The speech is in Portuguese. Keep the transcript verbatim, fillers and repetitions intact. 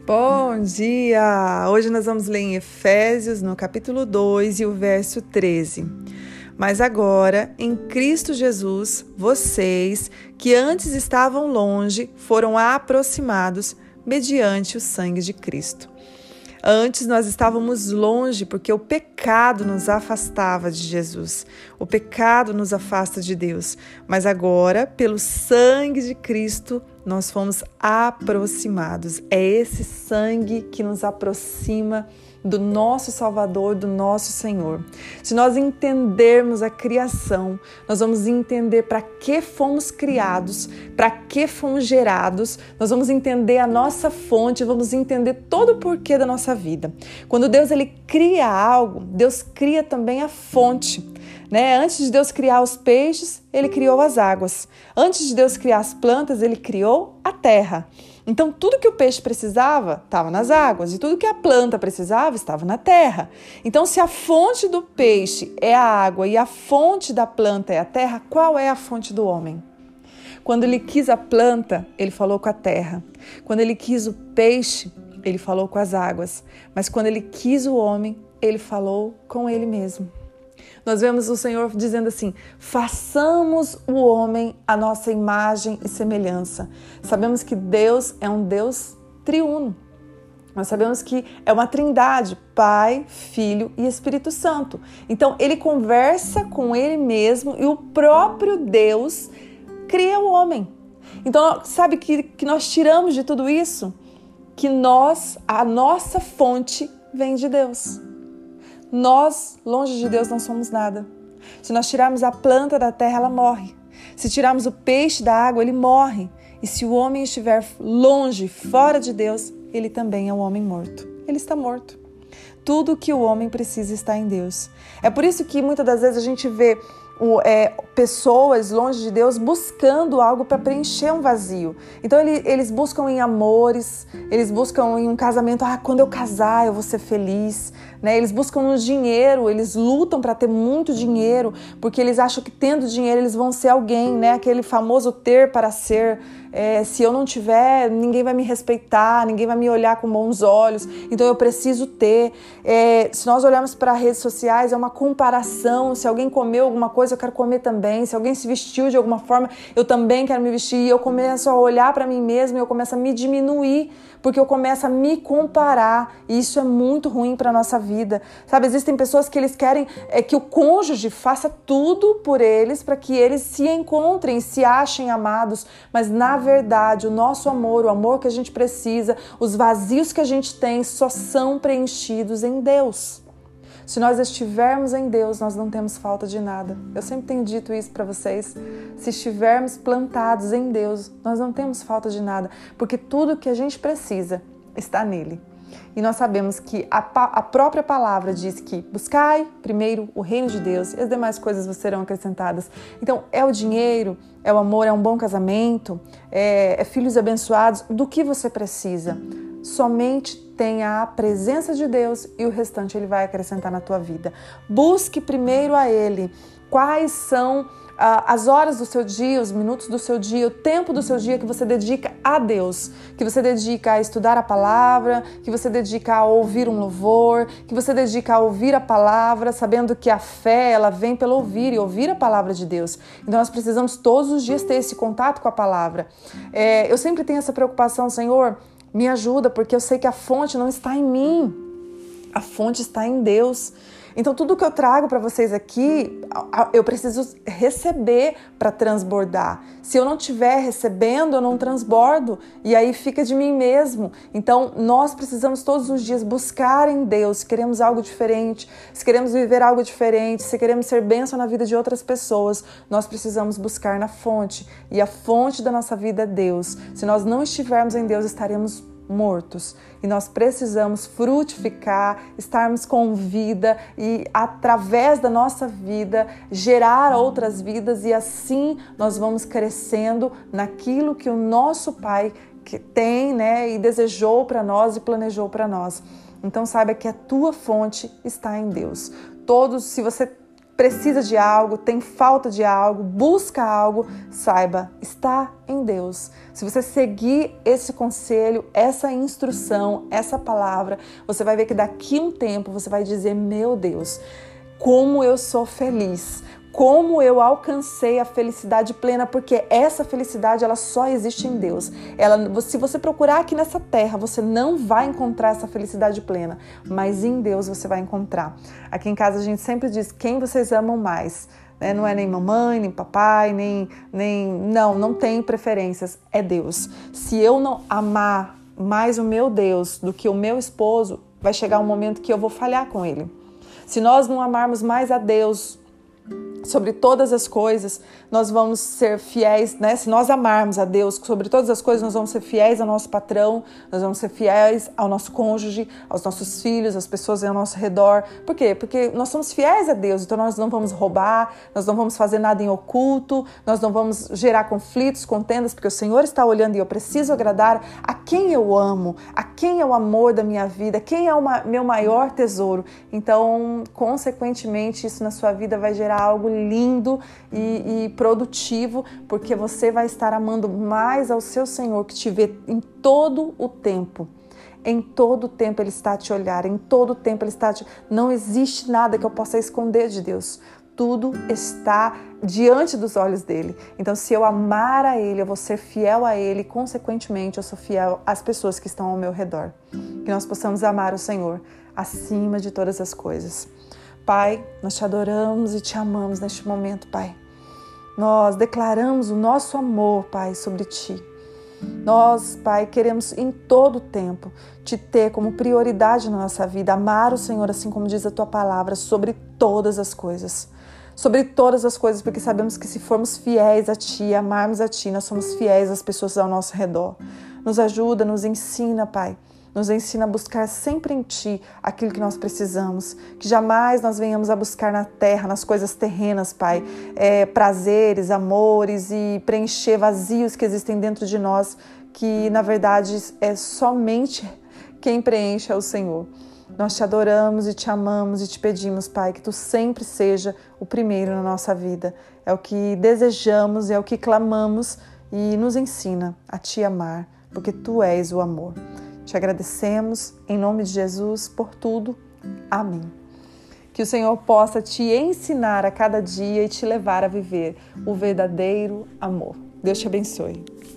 Bom dia! Hoje nós vamos ler em Efésios, no capítulo dois e o verso treze. Mas agora, em Cristo Jesus, vocês, que antes estavam longe, foram aproximados mediante o sangue de Cristo. Antes nós estávamos longe porque o pecado nos afastava de Jesus. O pecado nos afasta de Deus. Mas agora, pelo sangue de Cristo, nós fomos aproximados. É esse sangue que nos aproxima do nosso Salvador, do nosso Senhor. Se nós entendermos a criação, nós vamos entender para que fomos criados, para que fomos gerados, nós vamos entender a nossa fonte, vamos entender todo o porquê da nossa vida. Quando Deus ele cria algo, Deus cria também a fonte. Né? Antes de Deus criar os peixes, Ele criou as águas. Antes de Deus criar as plantas, Ele criou a terra. Então, tudo que o peixe precisava estava nas águas e tudo que a planta precisava estava na terra. Então, se a fonte do peixe é a água e a fonte da planta é a terra, qual é a fonte do homem? Quando Ele quis a planta, Ele falou com a terra. Quando Ele quis o peixe, Ele falou com as águas. Mas quando Ele quis o homem, Ele falou com Ele mesmo. Nós vemos o Senhor dizendo assim, façamos o homem a nossa imagem e semelhança. Sabemos que Deus é um Deus triuno. Nós sabemos que é uma trindade, Pai, Filho e Espírito Santo. Então, Ele conversa com Ele mesmo e o próprio Deus cria o homem. Então, sabe que, que nós tiramos de tudo isso? Que nós, a nossa fonte vem de Deus. Nós, longe de Deus, não somos nada. Se nós tirarmos a planta da terra, ela morre. Se tirarmos o peixe da água, ele morre. E se o homem estiver longe, fora de Deus, ele também é um homem morto. Ele está morto. Tudo que o homem precisa está em Deus. É por isso que muitas das vezes a gente vê o, é, pessoas longe de Deus buscando algo para preencher um vazio. Então ele, eles buscam em amores, eles buscam em um casamento, ah, quando eu casar eu vou ser feliz. Né? Eles buscam no dinheiro, eles lutam para ter muito dinheiro, porque eles acham que tendo dinheiro eles vão ser alguém, né? Aquele famoso ter para ser. É, se eu não tiver, ninguém vai me respeitar, ninguém vai me olhar com bons olhos, então eu preciso ter. É, se nós olharmos para as redes sociais, é uma comparação, se alguém comeu alguma coisa, eu quero comer também, se alguém se vestiu de alguma forma, eu também quero me vestir, e eu começo a olhar para mim mesmo e eu começo a me diminuir, porque eu começo a me comparar, e isso é muito ruim para a nossa vida. Sabe, existem pessoas que eles querem é, que o cônjuge faça tudo por eles, para que eles se encontrem, se achem amados, mas na verdade, o nosso amor, o amor que a gente precisa, os vazios que a gente tem só são preenchidos em Deus. Se nós estivermos em Deus, nós não temos falta de nada. Eu sempre tenho dito isso para vocês. Se estivermos plantados em Deus, nós não temos falta de nada, porque tudo que a gente precisa está nele. E nós sabemos que a, a própria palavra diz que buscai primeiro o reino de Deus e as demais coisas vos serão acrescentadas. Então, é o dinheiro, é o amor, é um bom casamento, é, é filhos abençoados. Do que você precisa? Somente tenha a presença de Deus e o restante Ele vai acrescentar na tua vida. Busque primeiro a Ele. Quais são as horas do seu dia, os minutos do seu dia, o tempo do seu dia que você dedica a Deus, que você dedica a estudar a palavra, que você dedica a ouvir um louvor, que você dedica a ouvir a palavra, sabendo que a fé, ela vem pelo ouvir e ouvir a palavra de Deus. Então nós precisamos todos os dias ter esse contato com a palavra. É, eu sempre tenho essa preocupação, Senhor, me ajuda, porque eu sei que a fonte não está em mim, a fonte está em Deus. Então, tudo que eu trago para vocês aqui, eu preciso receber para transbordar. Se eu não estiver recebendo, eu não transbordo e aí fica de mim mesmo. Então, nós precisamos todos os dias buscar em Deus. Se queremos algo diferente, se queremos viver algo diferente, se queremos ser bênção na vida de outras pessoas, nós precisamos buscar na fonte. E a fonte da nossa vida é Deus. Se nós não estivermos em Deus, estaremos mortos. E nós precisamos frutificar, estarmos com vida e através da nossa vida gerar outras vidas, e assim nós vamos crescendo naquilo que o nosso Pai que tem, né, e desejou para nós e planejou para nós. Então saiba que a tua fonte está em Deus. Todos, se você precisa de algo, tem falta de algo, busca algo, saiba, está em Deus. Se você seguir esse conselho, essa instrução, essa palavra, você vai ver que daqui a um tempo você vai dizer, meu Deus, como eu sou feliz, como eu alcancei a felicidade plena, porque essa felicidade ela só existe em Deus. Ela, se você procurar aqui nessa terra, você não vai encontrar essa felicidade plena, mas em Deus você vai encontrar. Aqui em casa a gente sempre diz, quem vocês amam mais? Né? Não é nem mamãe, nem papai, nem, nem... Não, não tem preferências, é Deus. Se eu não amar mais o meu Deus do que o meu esposo, vai chegar um momento que eu vou falhar com ele. Se nós não amarmos mais a Deus sobre todas as coisas, nós vamos ser fiéis, né? Se nós amarmos a Deus sobre todas as coisas, nós vamos ser fiéis ao nosso patrão, nós vamos ser fiéis ao nosso cônjuge, aos nossos filhos, às pessoas ao nosso redor. Por quê? Porque nós somos fiéis a Deus, então nós não vamos roubar, nós não vamos fazer nada em oculto, nós não vamos gerar conflitos, contendas, porque o Senhor está olhando e eu preciso agradar a quem eu amo, a quem é o amor da minha vida, quem é o meu maior tesouro. Então, consequentemente, isso na sua vida vai gerar algo lindo e, e produtivo, porque você vai estar amando mais ao seu Senhor, que te vê em todo o tempo. Em todo o tempo Ele está a te olhar, em todo o tempo Ele está a te... Não existe nada que eu possa esconder de Deus. Tudo está diante dos olhos dele. Então, se eu amar a Ele, eu vou ser fiel a Ele, e, consequentemente, eu sou fiel às pessoas que estão ao meu redor. Que nós possamos amar o Senhor acima de todas as coisas. Pai, nós te adoramos e te amamos neste momento, Pai. Nós declaramos o nosso amor, Pai, sobre Ti. Nós, Pai, queremos em todo o tempo Te ter como prioridade na nossa vida, amar o Senhor, assim como diz a Tua palavra, sobre todas as coisas. Sobre todas as coisas, porque sabemos que se formos fiéis a Ti, amarmos a Ti, nós somos fiéis às pessoas ao nosso redor. Nos ajuda, nos ensina, Pai. Nos ensina a buscar sempre em Ti aquilo que nós precisamos. Que jamais nós venhamos a buscar na terra, nas coisas terrenas, Pai, é, prazeres, amores e preencher vazios que existem dentro de nós, que na verdade é somente quem preenche é o Senhor. Nós Te adoramos e Te amamos e Te pedimos, Pai, que Tu sempre seja o primeiro na nossa vida. É o que desejamos, é o que clamamos e nos ensina a Te amar, porque Tu és o amor. Te agradecemos, em nome de Jesus, por tudo. Amém. Que o Senhor possa te ensinar a cada dia e te levar a viver o verdadeiro amor. Deus te abençoe.